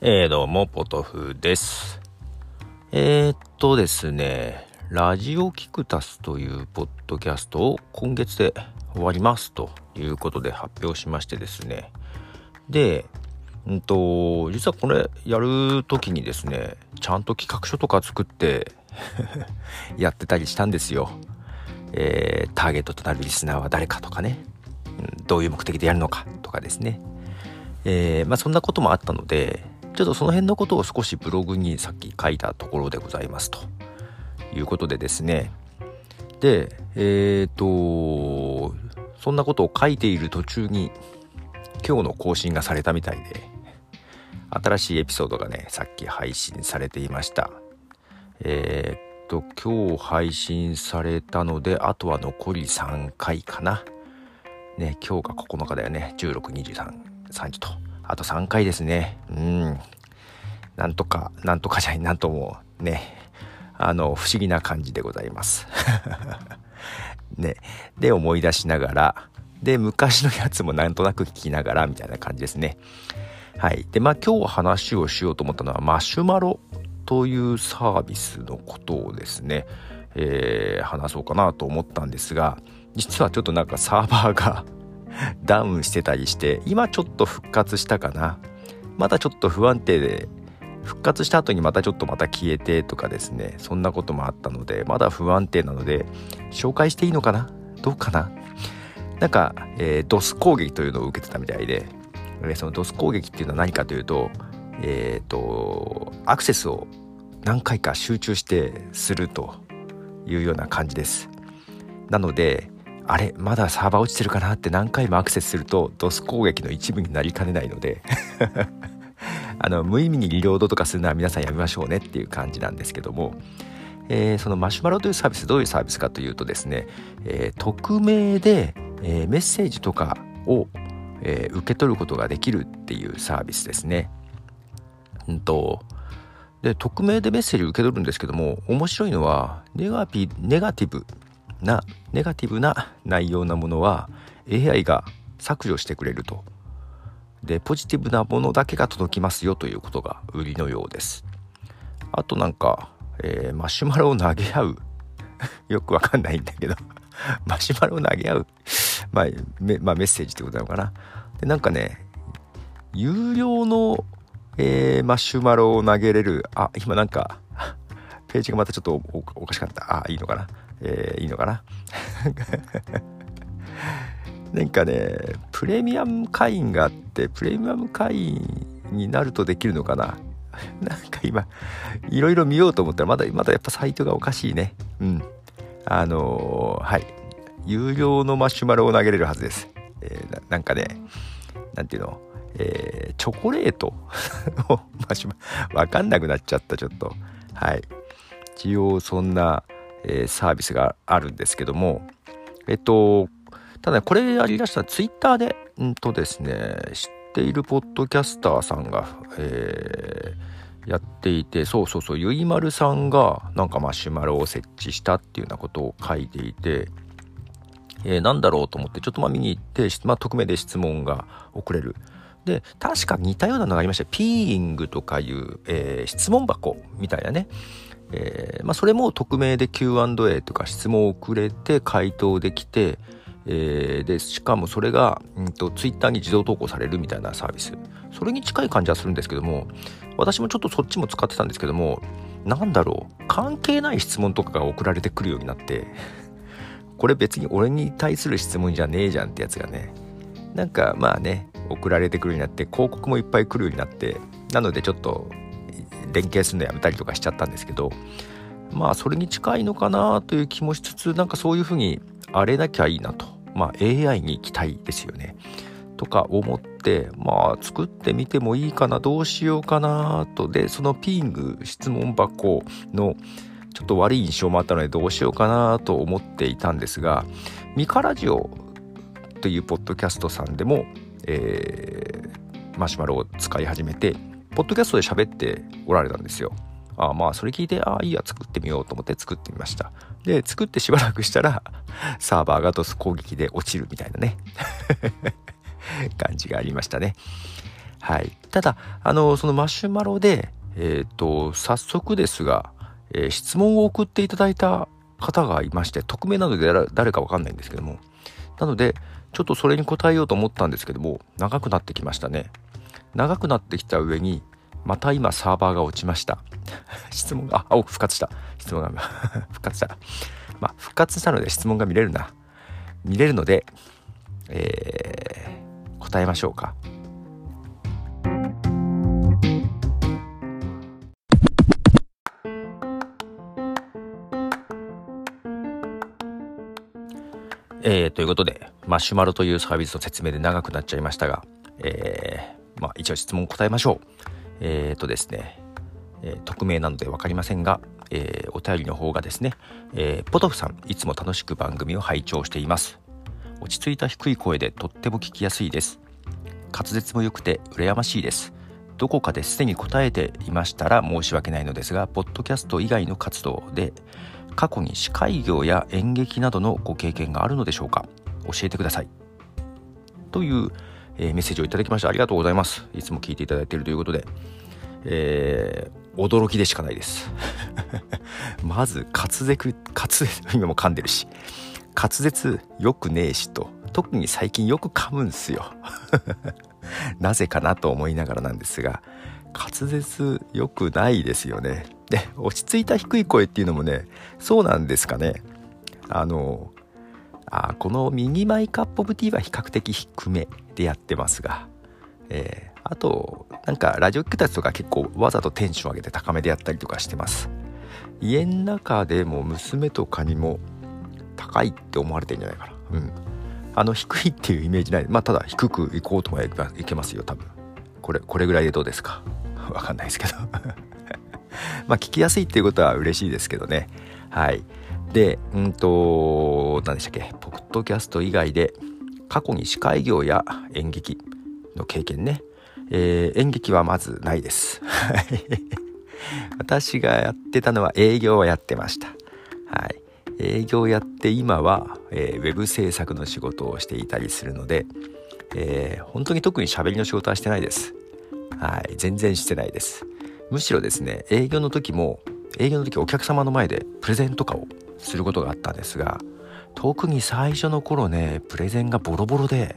どうもポトフです。ですね、ラジオキクタスというポッドキャストを今月で終わりますということで発表しましてですね。で、実はこれやるときにですね、ちゃんと企画書とか作ってやってたりしたんですよ。ターゲットとなるリスナーは誰かとかね、どういう目的でやるのかとかですね。そんなこともあったので、ちょっとその辺のことを少しブログにさっき書いたところでございますということでですね。で、そんなことを書いている途中に今日の更新がされたみたいで、新しいエピソードがね、さっき配信されていました。今日配信されたので、あとは残り3回かな。ね、今日が9日だよね。16、23、30と。あと3回ですね。なんともね、不思議な感じでございます。ね、で思い出しながら、で昔のやつもなんとなく聞きながらみたいな感じですね。はい。で今日話をしようと思ったのはマシュマロというサービスのことをですね、話そうかなと思ったんですが、実はちょっとなんかサーバーがダウンしてたりして、今ちょっと復活したかな。まだちょっと不安定で、復活した後にまた消えてとかですね、そんなこともあったので、まだ不安定なので紹介していいのかな、どうかな。なんか、DOS 攻撃というのを受けてたみたいで、その DOS 攻撃っていうのは何かというと、アクセスを何回か集中してするというような感じです。なので、あれまだサーバー落ちてるかなって何回もアクセスすると DOS 攻撃の一部になりかねないので無意味にリロードとかするのは皆さんやめましょうねっていう感じなんですけども、そのマシュマロというサービス、どういうサービスかというとですね、匿名で、メッセージとかを、受け取ることができるっていうサービスですね。で匿名でメッセージを受け取るんですけども、面白いのはネガティブな内容なものは AI が削除してくれると。でポジティブなものだけが届きますよということが売りのようです。あとなんか、マシュマロを投げ合うよくわかんないんだけどマシュマロを投げ合うメッセージってことなのかな。でなんかね、有料の、マシュマロを投げれる、今なんかページがまたちょっと おかしかった。いいのかな、いいのかななんかね、プレミアム会員があって、プレミアム会員になるとできるのかな。なんか今いろいろ見ようと思ったらまだやっぱサイトがおかしいね。はい、有料のマシュマロを投げれるはずです。なんかね、なんていうの、チョコレートをマシュマロわかんなくなっちゃった。ちょっとはい、一応そんな、サービスがあるんですけども、ただこれやりだしたツイッターでですね、知っているポッドキャスターさんが、やっていて、ゆいまるさんがなんかマシュマロを設置したっていうようなことを書いていて、なんだろうと思ってちょっと見に行って、匿名で質問が送れる。で確か似たようなのがありました。ピーイングとかいう、質問箱みたいなね、それも匿名で Q&A とか質問をくれて回答できて、でしかもそれがツイッターに自動投稿されるみたいなサービス、それに近い感じはするんですけども、私もちょっとそっちも使ってたんですけども、なんだろう、関係ない質問とかが送られてくるようになってこれ別に俺に対する質問じゃねえじゃんってやつがね、なんか送られてくるようになって、広告もいっぱい来るようになって、なのでちょっと連携するのやめたりとかしちゃったんですけど、それに近いのかなという気もしつつ、なんかそういうふうにあれなきゃいいなと、AI に期待ですよねとか思って、作ってみてもいいかな、どうしようかなと。でそのピング質問箱のちょっと悪い印象もあったのでどうしようかなと思っていたんですが、ミカラジオというポッドキャストさんでも、マシュマロを使い始めて、ポッドキャストで喋っておられたんですよ。それ聞いて、いいや、作ってみようと思って作ってみました。で作ってしばらくしたらサーバーがDOS攻撃で落ちるみたいなね感じがありましたね。 はい。ただそのマシュマロで早速ですが、質問を送っていただいた方がいまして、匿名なので誰かわかんないんですけども、なのでちょっとそれに答えようと思ったんですけども、長くなってきましたね。長くなってきた上にまた今サーバーが落ちました質問が復活した質問が復活した復活したので質問が見れるので、答えましょうか。ということでマシュマロというサービスの説明で長くなっちゃいましたが、一応質問答えましょう。ですね、匿名なので分かりませんが、お便りの方がですね、ポトフさん、いつも楽しく番組を拝聴しています。落ち着いた低い声でとっても聞きやすいです。滑舌も良くて羨ましいです。どこかですでに答えていましたら申し訳ないのですが、ポッドキャスト以外の活動で過去に司会業や演劇などのご経験があるのでしょうか。教えてください。という、メッセージをいただきました。ありがとうございます。いつも聞いていただいているということで、驚きでしかないですまず滑舌今も噛んでるし、滑舌よくねえしと、特に最近よく噛むんすよなぜかなと思いながらなんですが、滑舌よくないですよね。で、落ち着いた低い声っていうのもね、そうなんですかね。このミニマイクアップオブティーは比較的低めでやってますが、あとなんかラジオ聞くたちとか結構わざとテンション上げて高めでやったりとかしてます。家の中でも娘とかにも高いって思われてるんじゃないかな。低いっていうイメージない。ただ低くいこうともいけますよ多分。これぐらいでどうですかわかんないですけど聞きやすいっていうことは嬉しいですけどね。はい。で何でしたっけ、ポッドキャスト以外で過去に司会業や演劇の経験ね。演劇はまずないです私がやってたのは営業はやってました。はい。営業やって今は、ウェブ制作の仕事をしていたりするので、本当に特に喋りの仕事はしてないです。はい。全然してないです。むしろですね、営業の時お客様の前でプレゼンとかをすることがあったんですが、特に最初の頃ね、プレゼンがボロボロで、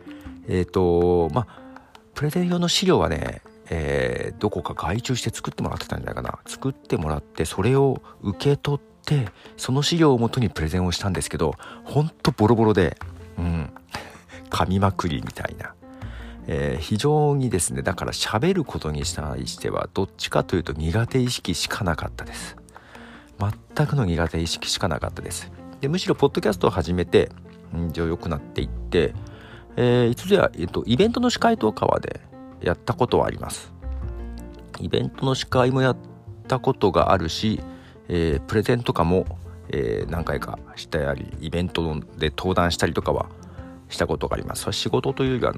プレゼン用の資料はね、どこか外注して作ってもらってたんじゃないかな。作ってもらってそれを受け取ってその資料をもとにプレゼンをしたんですけど、ほんとボロボロで、噛みまくりみたいな、非常にですね、だから喋ることに対してはどっちかというと苦手意識しかなかったです。全くの苦手意識しかなかったです。で、むしろポッドキャストを始めて良くなっていって、一度や、イベントの司会とかはでやったことはあります。イベントの司会もやったことがあるし、プレゼンとかも、何回かしたり、イベントで登壇したりとかはしたことがあります。仕事というよりは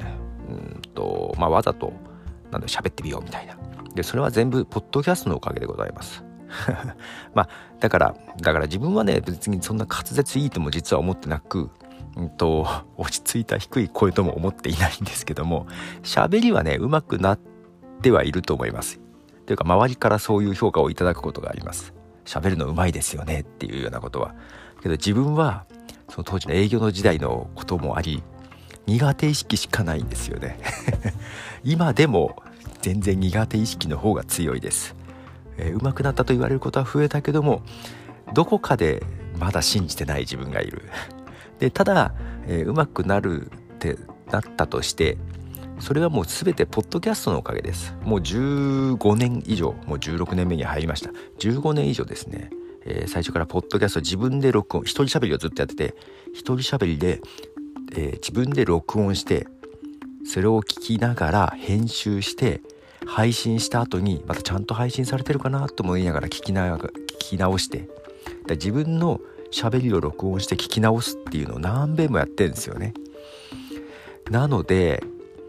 わざと喋ってみようみたいな。で、それは全部ポッドキャストのおかげでございますだから自分はね、別にそんな滑舌いいとも実は思ってなく、落ち着いた低い声とも思っていないんですけども、喋りはね上手くなってはいると思います。というか周りからそういう評価をいただくことがあります。喋るの上手いですよねっていうようなことは。けど自分はその当時の営業の時代のこともあり、苦手意識しかないんですよね今でも全然苦手意識の方が強いです。上手くなったと言われることは増えたけども、どこかでまだ信じてない自分がいるで、ただ、上手くなるってなったとして、それはもう全てポッドキャストのおかげです。もう15年以上、もう16年目に入りました。15年以上ですね、最初からポッドキャスト自分で録音、一人喋りをずっとやってて、一人喋りで、自分で録音して、それを聞きながら編集して配信した後にまたちゃんと配信されてるかなと思いながら聞き直して、自分の喋りを録音して聞き直すっていうのを何遍もやってるんですよね。なので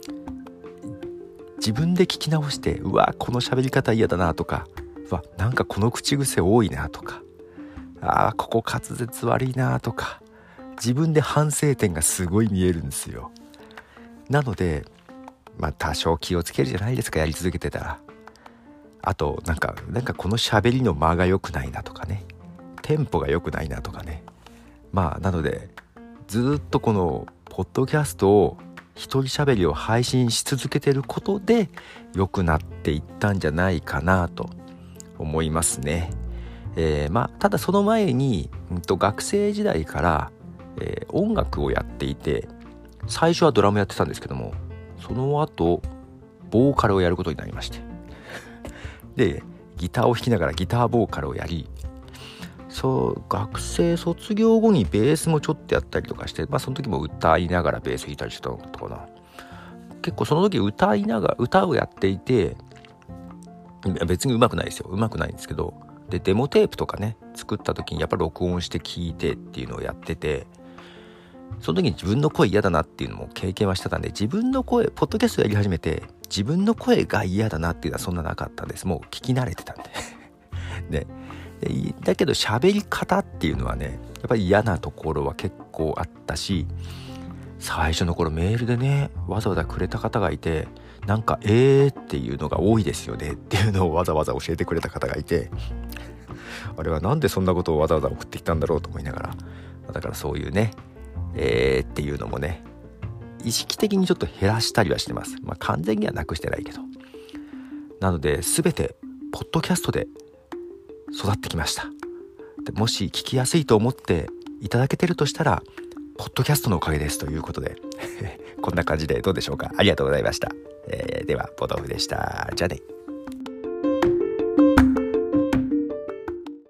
自分で聞き直して、うわこの喋り方嫌だなとか、なんかこの口癖多いなとか、ここ滑舌悪いなとか、自分で反省点がすごい見えるんですよ。なので多少気をつけるじゃないですか、やり続けてたら。あとなんかこの喋りの間が良くないなとかね、テンポが良くないなとかね。なのでずっとこのポッドキャストを一人喋りを配信し続けてることで良くなっていったんじゃないかなと思いますね。ただその前に、学生時代から、音楽をやっていて、最初はドラムやってたんですけども、その後ボーカルをやることになりまして、でギターを弾きながらギターボーカルをやり、学生卒業後にベースもちょっとやったりとかして、その時も歌いながらベース弾いたりしてたのかな。結構その時歌いながら歌をやっていて、別に上手くないですよ、上手くないんですけど、でデモテープとかね作った時にやっぱり録音して聞いてっていうのをやってて、その時に自分の声嫌だなっていうのも経験はしてたんで、自分の声、ポッドキャストやり始めて自分の声が嫌だなっていうのはそんななかったんです。もう聞き慣れてたんでだけど喋り方っていうのはね、やっぱり嫌なところは結構あったし、最初の頃メールでねわざわざくれた方がいて、なんかっていうのが多いですよねっていうのをわざわざ教えてくれた方がいて、あれはなんでそんなことをわざわざ送ってきたんだろうと思いながら、だからそういうねっていうのもね意識的にちょっと減らしたりはしてます。完全にはなくしてないけど。なので全てポッドキャストで育ってきました。でもし聞きやすいと思っていただけてるとしたらポッドキャストのおかげですということでこんな感じでどうでしょうか。ありがとうございました。ではポトフでした。じゃあね。